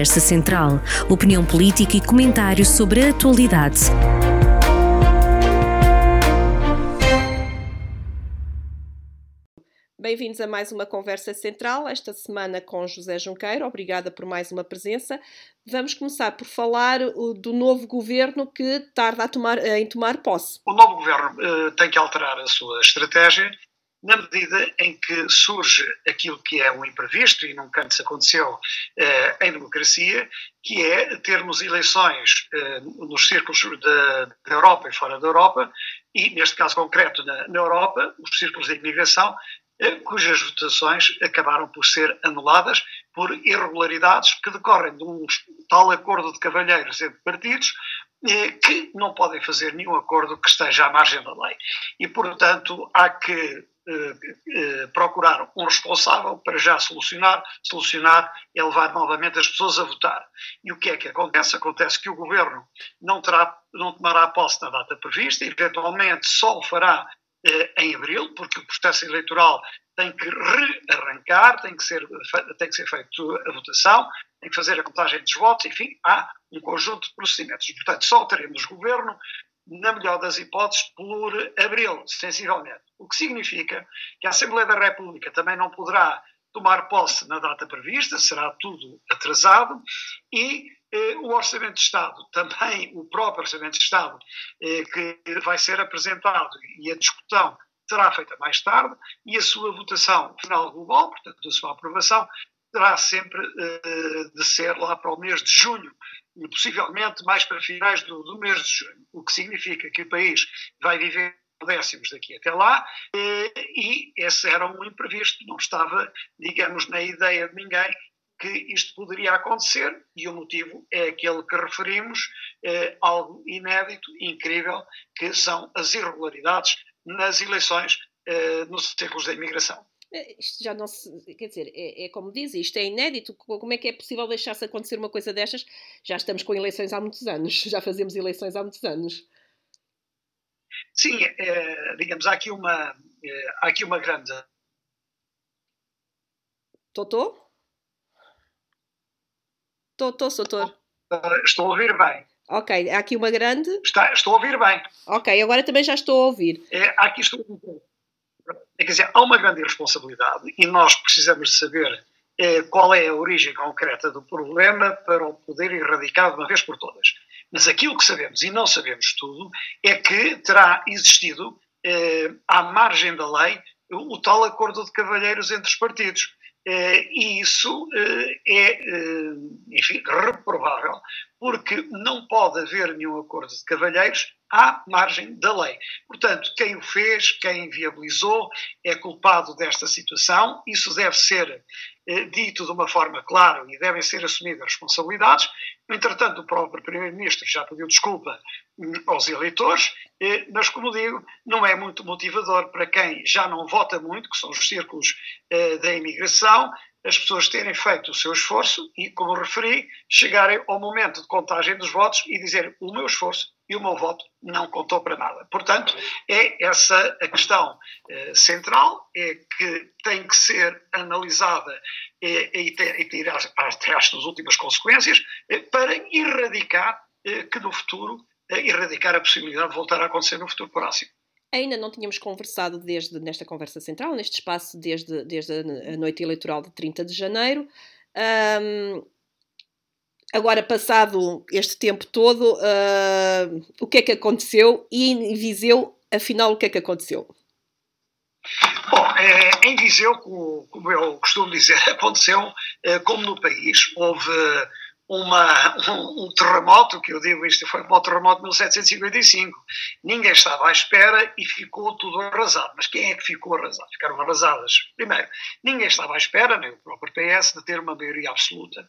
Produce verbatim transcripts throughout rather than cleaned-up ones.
Conversa Central. Opinião política e comentários sobre a atualidade. Bem-vindos a mais uma Conversa Central, esta semana com José Junqueira. Obrigada por mais uma presença. Vamos começar por falar do novo governo que tarda a tomar, em tomar posse. O novo governo uh, tem que alterar a sua estratégia na medida em que surge aquilo que é um imprevisto, e nunca antes aconteceu uh, em democracia, que é termos eleições uh, nos círculos da, da Europa e fora da Europa, e neste caso concreto na, na Europa, os círculos de imigração, cujas votações acabaram por ser anuladas por irregularidades que decorrem de um tal acordo de cavalheiros entre partidos que não podem fazer nenhum acordo que esteja à margem da lei. E, portanto, há que eh, eh, procurar um responsável para já solucionar, solucionar é levar novamente as pessoas a votar. E o que é que acontece? Acontece que o governo não, terá, não tomará posse na data prevista, eventualmente só o fará em abril, porque o processo eleitoral tem que rearrancar, tem que ser, tem que ser feita a votação, tem que fazer a contagem dos votos, enfim, há um conjunto de procedimentos. Portanto, só teremos governo, na melhor das hipóteses, por abril, sensivelmente. O que significa que a Assembleia da República também não poderá tomar posse na data prevista, será tudo atrasado, e eh, o Orçamento de Estado, também o próprio Orçamento de Estado, eh, que vai ser apresentado e a discussão será feita mais tarde, e a sua votação final global, portanto a sua aprovação, terá sempre eh, de ser lá para o mês de junho, e possivelmente mais para finais do, do mês de junho, o que significa que o país vai viver décimos daqui até lá, e esse era um imprevisto, não estava, digamos, na ideia de ninguém que isto poderia acontecer, e o motivo é aquele que referimos, eh, algo inédito, incrível, que são as irregularidades nas eleições eh, nos círculos da imigração. Isto já não se, quer dizer, é, é como diz, isto é inédito. Como é que é possível deixar-se acontecer uma coisa destas? Já estamos com eleições há muitos anos, já fazemos eleições há muitos anos. Sim, é, digamos, há aqui uma, é, há aqui uma grande... Totó? Totó, doutor. Estou a ouvir bem. Ok, há aqui uma grande... Está, estou a ouvir bem. Ok, agora também já estou a ouvir. É, há aqui estou a ouvir. É, quer dizer, há uma grande irresponsabilidade e nós precisamos de saber é, qual é a origem concreta do problema para o poder erradicar de uma vez por todas. Mas aquilo que sabemos, e não sabemos tudo, é que terá existido, eh, à margem da lei, o, o tal acordo de cavalheiros entre os partidos. Eh, e isso eh, é, eh, enfim, reprovável, porque não pode haver nenhum acordo de cavalheiros à margem da lei. Portanto, quem o fez, quem viabilizou, é culpado desta situação. Isso deve ser eh, dito de uma forma clara e devem ser assumidas responsabilidades. No entretanto, o próprio Primeiro-Ministro já pediu desculpa aos eleitores, eh, mas, como digo, não é muito motivador para quem já não vota muito, que são os círculos eh, da imigração, as pessoas terem feito o seu esforço e, como referi, chegarem ao momento de contagem dos votos e dizer o meu esforço e o meu voto não contou para nada. Portanto, é essa a questão eh, central, é que tem que ser analisada eh, e ter até às suas últimas consequências eh, para erradicar eh, que no futuro, eh, erradicar a possibilidade de voltar a acontecer no futuro próximo. Ainda não tínhamos conversado desde, nesta conversa central, neste espaço, desde, desde a noite eleitoral de trinta de janeiro. Um, agora, passado este tempo todo, uh, o que é que aconteceu? E em Viseu, afinal, o que é que aconteceu? Bom, é, em Viseu, como, como eu costumo dizer, aconteceu, é, como no país, houve uma, um, um terremoto, que eu digo isto foi o terremoto de mil setecentos e cinquenta e cinco. Ninguém estava à espera e ficou tudo arrasado. Mas quem é que ficou arrasado? Ficaram arrasadas. Primeiro, ninguém estava à espera, nem o próprio P S, de ter uma maioria absoluta.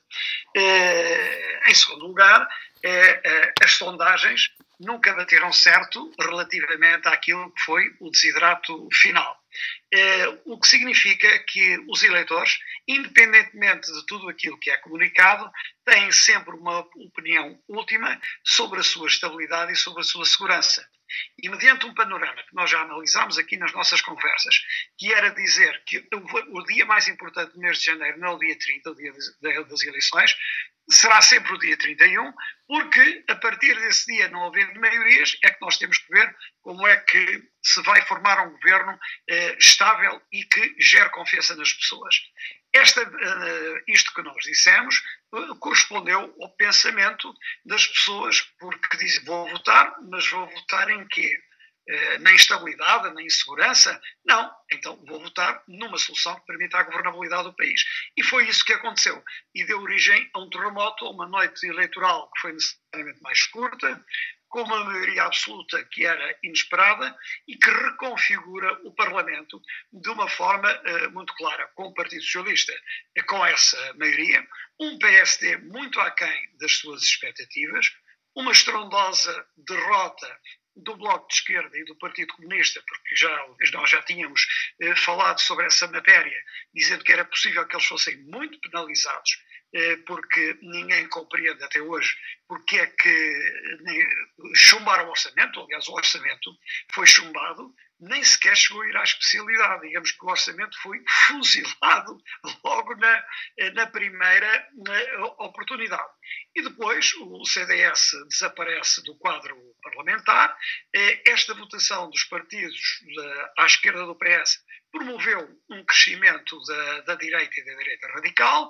É, em segundo lugar, é, é, as sondagens nunca bateram certo relativamente àquilo que foi o desidrato final. Eh, o que significa que os eleitores, independentemente de tudo aquilo que é comunicado, têm sempre uma opinião última sobre a sua estabilidade e sobre a sua segurança. E mediante um panorama que nós já analisámos aqui nas nossas conversas, que era dizer que o, o dia mais importante do mês de janeiro não é o dia trinta, o dia das eleições, será sempre o dia trinta e um, porque a partir desse dia, não havendo maiorias, é que nós temos que ver como é que se vai formar um governo eh, estável e que gere confiança nas pessoas. Esta, uh, isto que nós dissemos uh, correspondeu ao pensamento das pessoas, porque dizem, vou votar, mas vou votar em quê? Uh, na instabilidade, na insegurança? Não, então vou votar numa solução que permita a governabilidade do país. E foi isso que aconteceu. E deu origem a um terremoto, a uma noite eleitoral que foi necessariamente mais curta, com uma maioria absoluta que era inesperada e que reconfigura o Parlamento de uma forma uh, muito clara, com o Partido Socialista com essa maioria, um P S D muito aquém das suas expectativas, uma estrondosa derrota do Bloco de Esquerda e do Partido Comunista, porque já, nós já tínhamos eh, falado sobre essa matéria, dizendo que era possível que eles fossem muito penalizados, eh, porque ninguém compreende até hoje porque é que nem, chumbaram o orçamento. Aliás, o orçamento foi chumbado, nem sequer chegou a ir à especialidade. Digamos que o orçamento foi fuzilado logo na, na primeira na oportunidade. E depois o C D S desaparece do quadro parlamentar. Esta votação dos partidos à esquerda do P S promoveu um crescimento da, da direita e da direita radical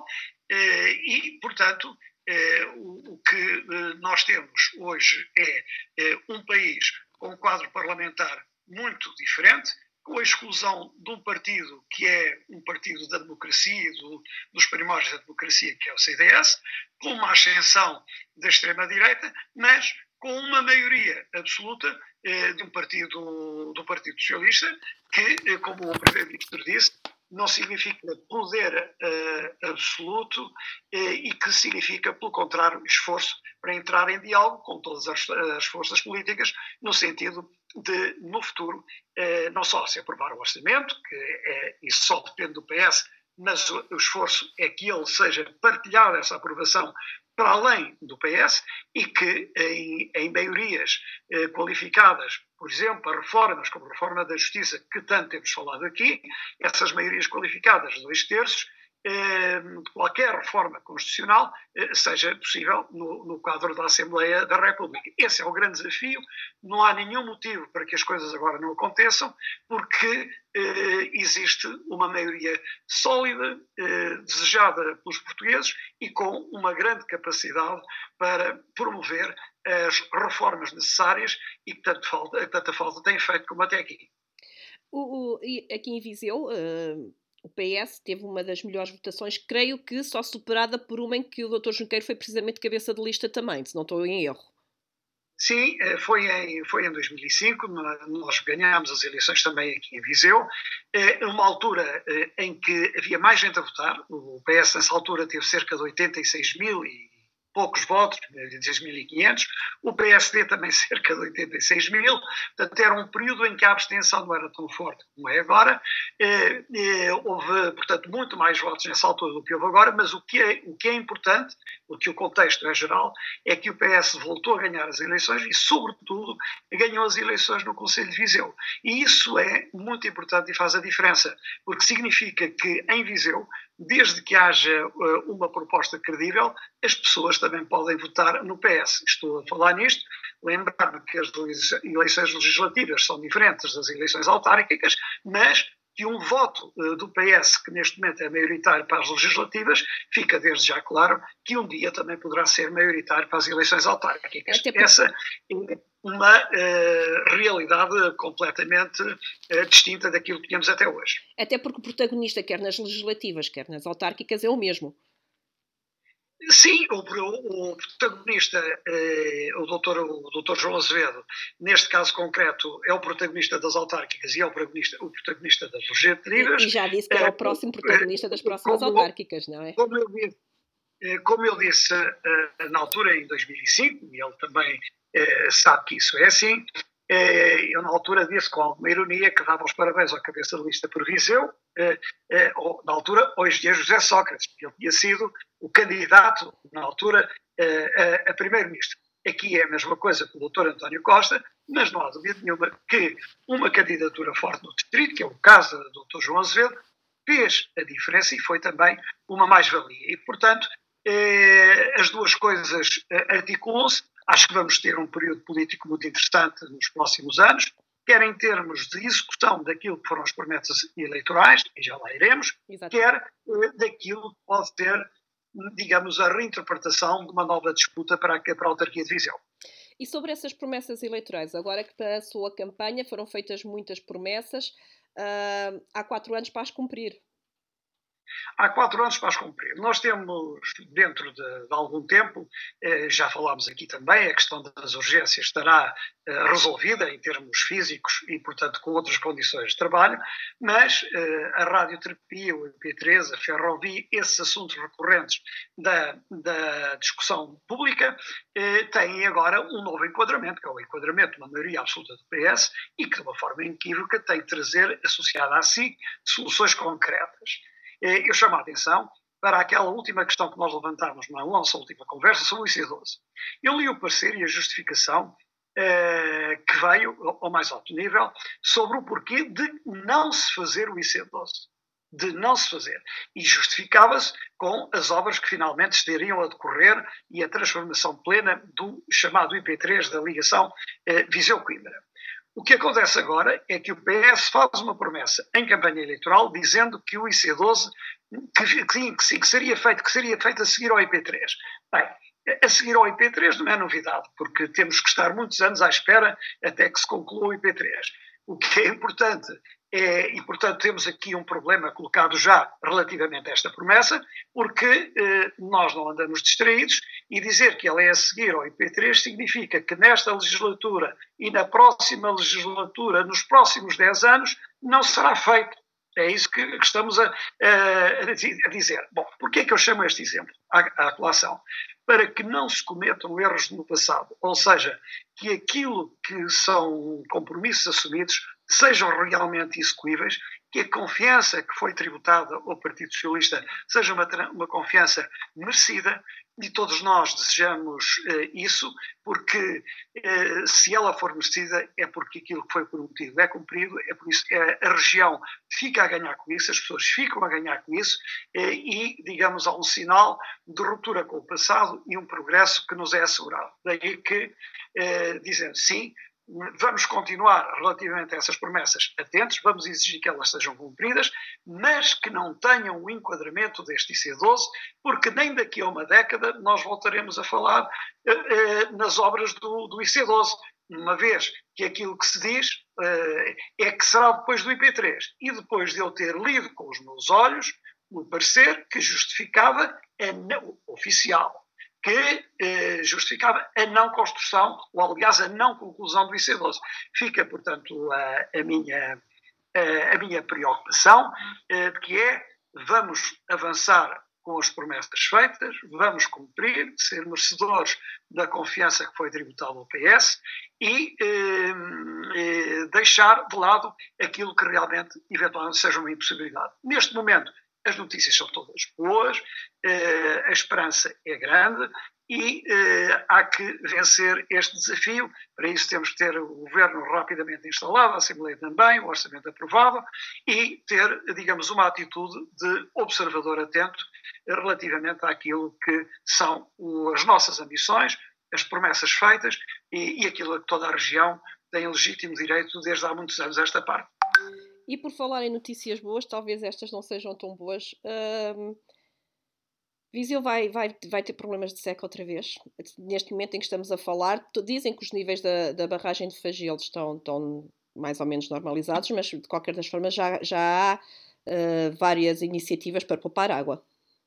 e, portanto, o que nós temos hoje é um país com um quadro parlamentar muito diferente, com a exclusão de um partido que é um partido da democracia, do, dos primórdios da democracia, que é o C D S, com uma ascensão da extrema-direita, mas com uma maioria absoluta eh, de um partido, do Partido Socialista, que, eh, como o Primeiro-Ministro disse, não significa poder uh, absoluto uh, e que significa, pelo contrário, esforço para entrar em diálogo com todas as, as forças políticas, no sentido de, no futuro, uh, não só se aprovar o orçamento, que é, isso só depende do P S, mas o, o esforço é que ele seja partilhado, essa aprovação, para além do P S, e que em, em maiorias eh, qualificadas, por exemplo, as reformas, como a reforma da Justiça, que tanto temos falado aqui, essas maiorias qualificadas, dois terços, eh, de qualquer reforma constitucional, eh, seja possível no, no quadro da Assembleia da República. Esse é o grande desafio. Não há nenhum motivo para que as coisas agora não aconteçam, porque eh, existe uma maioria sólida, eh, desejada pelos portugueses e com uma grande capacidade para promover as reformas necessárias e que tanto falta, tanta falta tem feito como até aqui. O, o, aqui em Viseu, uh, o P S teve uma das melhores votações, creio que só superada por uma em que o doutor Junqueiro foi precisamente cabeça de lista também, se não estou em erro. Sim, foi em, foi em dois mil e cinco, nós ganhámos as eleições também aqui em Viseu, numa altura em que havia mais gente a votar. O P S nessa altura teve cerca de oitenta e seis mil e poucos votos, dezesseis mil e quinhentos, o P S D também cerca de oitenta e seis mil, portanto era um período em que a abstenção não era tão forte como é agora, eh, eh, houve, portanto, muito mais votos nessa altura do que houve agora, mas o que, é, o que é importante, o que o contexto é geral, é que o P S voltou a ganhar as eleições e, sobretudo, ganhou as eleições no Conselho de Viseu. E isso é muito importante e faz a diferença, porque significa que em Viseu, desde que haja uh, uma proposta credível, as pessoas também podem votar no P S. Estou a falar nisto, lembrar-me que as eleições legislativas são diferentes das eleições autárquicas, mas que um voto uh, do P S, que neste momento é maioritário para as legislativas, fica desde já claro que um dia também poderá ser maioritário para as eleições autárquicas. Porque... Essa é uma uh, realidade completamente uh, distinta daquilo que tínhamos até hoje. Até porque o protagonista, quer nas legislativas, quer nas autárquicas, é o mesmo. Sim, o, o, o protagonista, eh, o, doutor, o doutor João Azevedo, neste caso concreto, é o protagonista das autárquicas e é o protagonista, o protagonista das legislativas. E, e já disse que é o próximo protagonista das próximas como, autárquicas, não é? Como eu disse, como eu disse eh, na altura, em dois mil e cinco, e ele também eh, sabe que isso é assim, eh, eu na altura disse com alguma ironia que dava os parabéns ao cabeça de lista por Viseu, eh, eh, ou, na altura, hoje é José Sócrates, porque ele tinha sido o candidato, na altura, a, a primeiro-ministro. aqui é a mesma coisa que o doutor António Costa, mas não há dúvida nenhuma que uma candidatura forte no distrito, que é o caso do doutor João Azevedo, fez a diferença e foi também uma mais-valia. E, portanto, eh, as duas coisas eh, articulam-se. Acho que vamos ter um período político muito interessante nos próximos anos, quer em termos de execução daquilo que foram as promessas eleitorais, e já lá iremos, Exato. quer eh, daquilo que pode ser, digamos, a reinterpretação de uma nova disputa para a, para a autarquia de Viseu. E sobre essas promessas eleitorais, agora que para a sua campanha foram feitas muitas promessas, uh, há quatro anos para as cumprir. Há quatro anos para as cumprir. Nós temos, dentro de, de algum tempo, eh, já falámos aqui também, a questão das urgências estará eh, resolvida em termos físicos e, portanto, com outras condições de trabalho, mas eh, a radioterapia, o I P três, a ferrovia, esses assuntos recorrentes da, da discussão pública, eh, têm agora um novo enquadramento, que é o enquadramento de uma maioria absoluta do P S e que, de uma forma inequívoca, tem que trazer, associada a si, soluções concretas. Eu chamo a atenção para aquela última questão que nós levantámos na nossa última conversa sobre o I C doze. Eu li o parecer e a justificação eh, que veio ao mais alto nível sobre o porquê de não se fazer o I C doze. De não se fazer. E justificava-se com as obras que finalmente estariam a decorrer e a transformação plena do chamado I P três da ligação eh, Viseu-Coimbra. O que acontece agora é que o P S faz uma promessa em campanha eleitoral dizendo que o I C doze que, que, que, que seria feito, que seria feito a seguir ao I P três. Bem, a seguir ao I P três não é novidade, porque temos que estar muitos anos à espera até que se conclua o I P três. O que é importante é, e portanto temos aqui um problema colocado já relativamente a esta promessa, porque eh, nós não andamos distraídos e dizer que ela é a seguir ao I P três significa que nesta legislatura e na próxima legislatura, nos próximos dez anos, não será feito. É isso que estamos a, a, a dizer. Bom, porquê é que eu chamo este exemplo à, à colação? Para que não se cometam erros no passado, ou seja, que aquilo que são compromissos assumidos sejam realmente execuíveis, que a confiança que foi tributada ao Partido Socialista seja uma, uma confiança merecida, e todos nós desejamos eh, isso, porque eh, se ela for merecida é porque aquilo que foi prometido é cumprido, é por isso que a região fica a ganhar com isso, as pessoas ficam a ganhar com isso, eh, e, digamos, há um sinal de ruptura com o passado e um progresso que nos é assegurado. Daí que, eh, dizendo sim, vamos continuar relativamente a essas promessas atentos, vamos exigir que elas sejam cumpridas, mas que não tenham o enquadramento deste I C doze, porque nem daqui a uma década nós voltaremos a falar eh, eh, nas obras do, do I C doze, uma vez que aquilo que se diz eh, é que será depois do I P três. E depois de eu ter lido com os meus olhos o parecer que justificava a não, oficial, que eh, justificava a não construção, ou aliás a não conclusão do I C doze. Fica, portanto, a, a, minha, a, a minha preocupação, eh, que é, vamos avançar com as promessas feitas, vamos cumprir, ser merecedores da confiança que foi tributada ao P S e eh, eh, deixar de lado aquilo que realmente, eventualmente, seja uma impossibilidade. Neste momento, as notícias são todas boas, eh, a esperança é grande e eh, há que vencer este desafio. Para isso temos que ter o governo rapidamente instalado, a Assembleia também, o orçamento aprovado e ter, digamos, uma atitude de observador atento relativamente àquilo que são as nossas ambições, as promessas feitas e, e aquilo que toda a região tem legítimo direito desde há muitos anos a esta parte. E por falar em notícias boas, talvez estas não sejam tão boas. Um, Viseu vai, vai, vai ter problemas de seca outra vez. Neste momento em que estamos a falar, dizem que os níveis da, da barragem de Fagil estão, estão mais ou menos normalizados, mas de qualquer das formas já, já há uh, várias iniciativas para poupar água.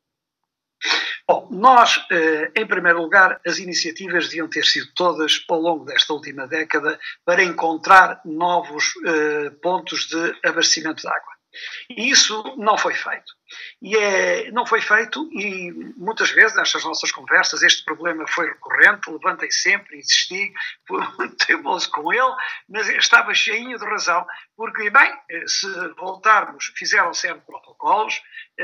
Bom, nós, em primeiro lugar, as iniciativas deviam ter sido todas ao longo desta última década para encontrar novos pontos de abastecimento de água. E isso não foi feito. E é, não foi feito e muitas vezes nestas nossas conversas este problema foi recorrente, levantei sempre, insisti, fui muito teimoso com ele, mas estava cheinho de razão, porque, bem, se voltarmos, fizeram sempre protocolos,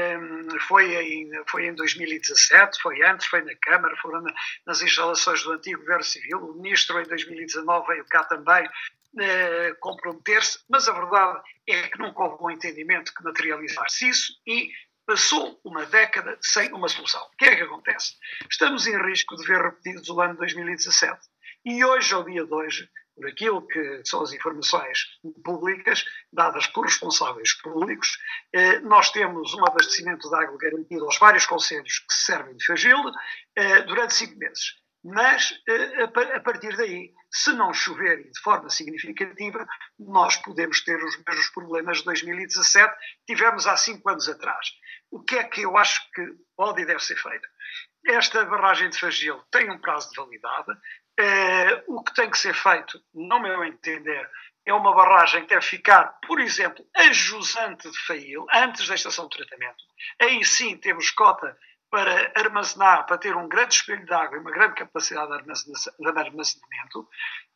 foi em, foi em dois mil e dezassete, foi antes, foi na Câmara, foram nas instalações do antigo Governo Civil, o Ministro em dois mil e dezanove veio cá também, Uh, comprometer-se, mas a verdade é que nunca houve um entendimento que materializasse isso e passou uma década sem uma solução. O que é que acontece? Estamos em risco de ver repetidos o ano dois mil e dezassete. E hoje, ao dia de hoje, por aquilo que são as informações públicas, dadas por responsáveis públicos, uh, nós temos um abastecimento de água garantido aos vários concelhos que se servem de Fagilde uh, durante cinco meses. Mas, a partir daí, se não chover de forma significativa, nós podemos ter os mesmos problemas de dois mil e dezassete que tivemos há cinco anos atrás. O que é que eu acho que pode e deve ser feito? Esta barragem de Fagilde tem um prazo de validade. O que tem que ser feito, no meu entender, é uma barragem que deve ficar, por exemplo, a jusante de Fail, antes da estação de tratamento. Aí sim temos cota para armazenar, para ter um grande espelho de água e uma grande capacidade de armazenamento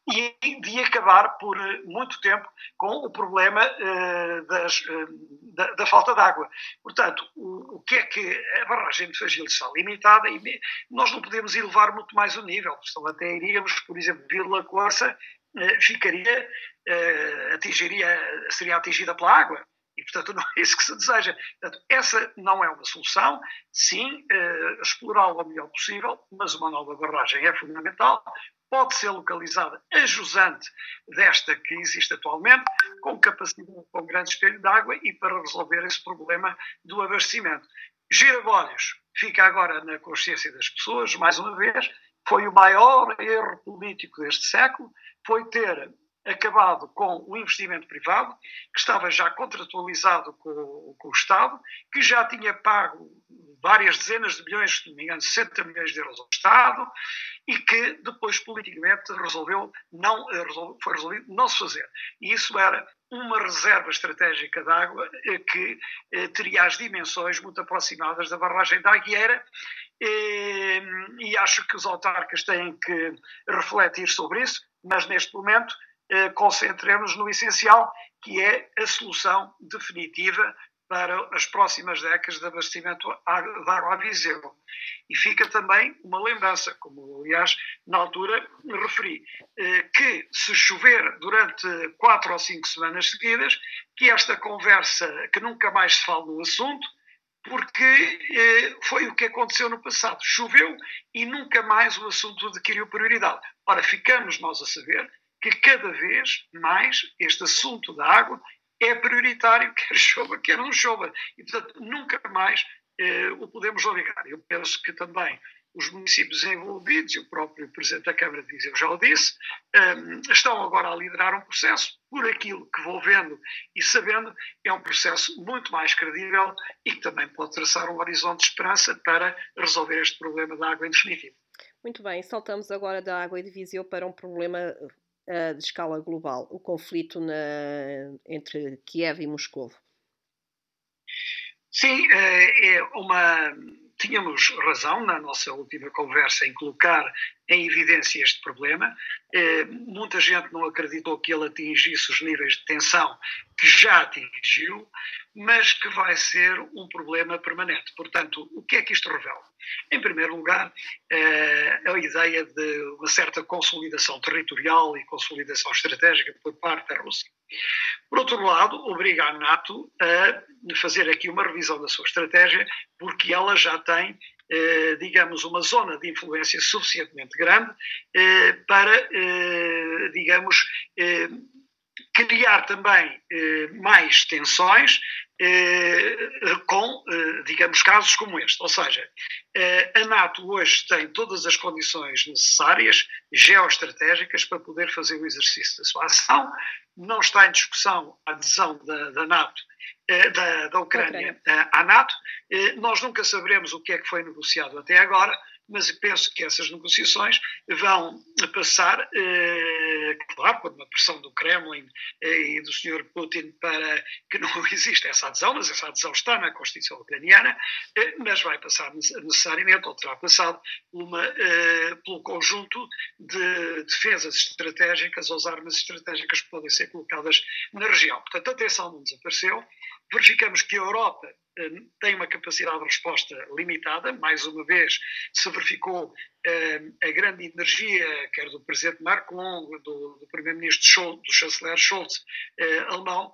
e de acabar por muito tempo com o problema uh, das, uh, da, da falta de água. Portanto, o, o que é que a barragem de Fagilde está limitada e nós não podemos elevar muito mais o nível, senão até iríamos, por exemplo, Vila Corsa uh, ficaria, uh, atingiria, seria atingida pela água. E, portanto, não é isso que se deseja. Portanto, essa não é uma solução. Sim, eh, explorá-la o melhor possível, mas uma nova barragem é fundamental. Pode ser localizada a jusante desta que existe atualmente, com capacidade, com grande espelho de água e para resolver esse problema do abastecimento. Girabólios fica agora na consciência das pessoas, mais uma vez, foi o maior erro político deste século, foi ter acabado com o investimento privado, que estava já contratualizado com, com o Estado, que já tinha pago várias dezenas de milhões, se não me engano, sessenta milhões de euros ao Estado, e que depois politicamente resolveu não, foi resolvido não se fazer. E isso era uma reserva estratégica de água que eh, teria as dimensões muito aproximadas da barragem da Agueira, e, e acho que os autarcas têm que refletir sobre isso, mas neste momento eh, concentremos no essencial, que é a solução definitiva para as próximas décadas de abastecimento de água a Viseu. E fica também uma lembrança, como aliás na altura me referi, que se chover durante quatro ou cinco semanas seguidas, que esta conversa, que nunca mais se fala no assunto, porque foi o que aconteceu no passado. Choveu e nunca mais o assunto adquiriu prioridade. Ora, ficamos nós a saber que cada vez mais este assunto da água é prioritário, quer chova, quer não chova. E, portanto, nunca mais eh, o podemos obrigar. Eu penso que também os municípios envolvidos, e o próprio Presidente da Câmara de Viseu já o disse, eh, estão agora a liderar um processo, por aquilo que vou vendo e sabendo, é um processo muito mais credível e que também pode traçar um horizonte de esperança para resolver este problema da água em definitivo. Muito bem, saltamos agora da água de Viseu para um problema de escala global, o conflito na, entre Kiev e Moscovo. Sim, é uma, tínhamos razão na nossa última conversa em colocar em evidência este problema. Muita gente não acreditou que ele atingisse os níveis de tensão que já atingiu, mas que vai ser um problema permanente. Portanto, o que é que isto revela? Em primeiro lugar, a ideia de uma certa consolidação territorial e consolidação estratégica por parte da Rússia. Por outro lado, obriga a NATO a fazer aqui uma revisão da sua estratégia, porque ela já tem, eh, digamos, uma zona de influência suficientemente grande eh, para, eh, digamos, eh, criar também eh, mais tensões eh, com, eh, digamos, casos como este. Ou seja, eh, a NATO hoje tem todas as condições necessárias, geoestratégicas, para poder fazer o exercício da sua ação. Não está em discussão a adesão da, da NATO, eh, da, da Ucrânia okay. eh, à NATO. Eh, nós nunca saberemos o que é que foi negociado até agora, mas penso que essas negociações vão passar eh, claro, por uma pressão do Kremlin e do senhor Putin para que não exista essa adesão, mas essa adesão está na Constituição ucraniana, mas vai passar necessariamente, ou terá passado, uma, pelo conjunto de defesas estratégicas, ou as armas estratégicas que podem ser colocadas na região. Portanto, a tensão não desapareceu. Verificamos que a Europa tem uma capacidade de resposta limitada. Mais uma vez se verificou uh, a grande energia, quer do presidente Macron, do, do primeiro-ministro Scholz, do chanceler Scholz, uh, alemão,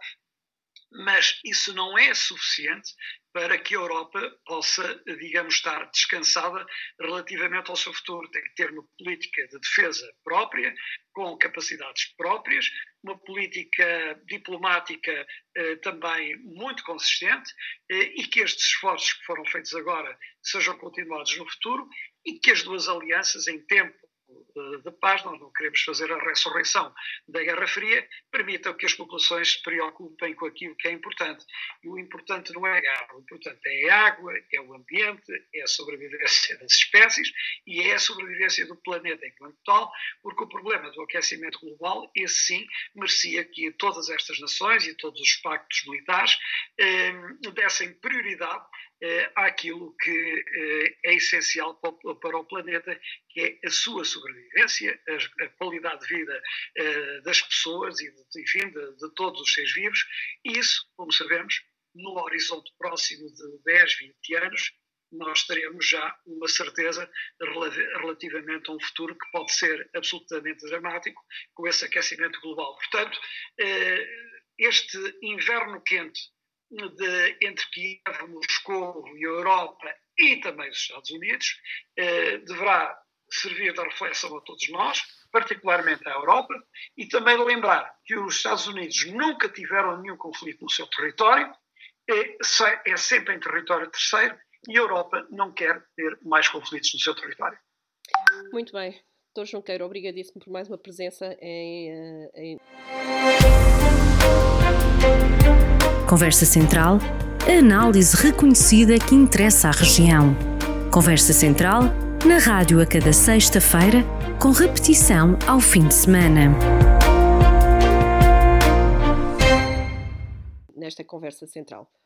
mas isso não é suficiente para que a Europa possa, digamos, estar descansada relativamente ao seu futuro. Tem que ter uma política de defesa própria, com capacidades próprias, uma política diplomática eh, também muito consistente eh, e que estes esforços que foram feitos agora sejam continuados no futuro e que as duas alianças, em tempo de paz, nós não queremos fazer a ressurreição da Guerra Fria, permitam que as populações se preocupem com aquilo que é importante. E o importante não é a guerra, o importante é a água, é o ambiente, é a sobrevivência das espécies e é a sobrevivência do planeta enquanto tal, porque o problema do aquecimento global, esse sim, merecia que todas estas nações e todos os pactos militares eh, dessem prioridade eh, àquilo que eh, é essencial para o, para o planeta, que é a sua sobrevivência, a, a qualidade de vida uh, das pessoas e, de, enfim, de, de todos os seres vivos. E isso, como sabemos, no horizonte próximo de dez, vinte anos, nós teremos já uma certeza relativamente a um futuro que pode ser absolutamente dramático com esse aquecimento global. Portanto, uh, este inverno quente de, entre Kiev, Moscou e a Europa e também os Estados Unidos uh, deverá servir de reflexão a todos nós, particularmente à Europa, e também lembrar que os Estados Unidos nunca tiveram nenhum conflito no seu território, é, é sempre em território terceiro, e a Europa não quer ter mais conflitos no seu território. Muito bem. doutor Junqueiro, obrigadíssimo por mais uma presença em... em... Conversa Central, a análise reconhecida que interessa à região. Conversa Central, na rádio a cada sexta-feira, com repetição ao fim de semana. Nesta Conversa Central.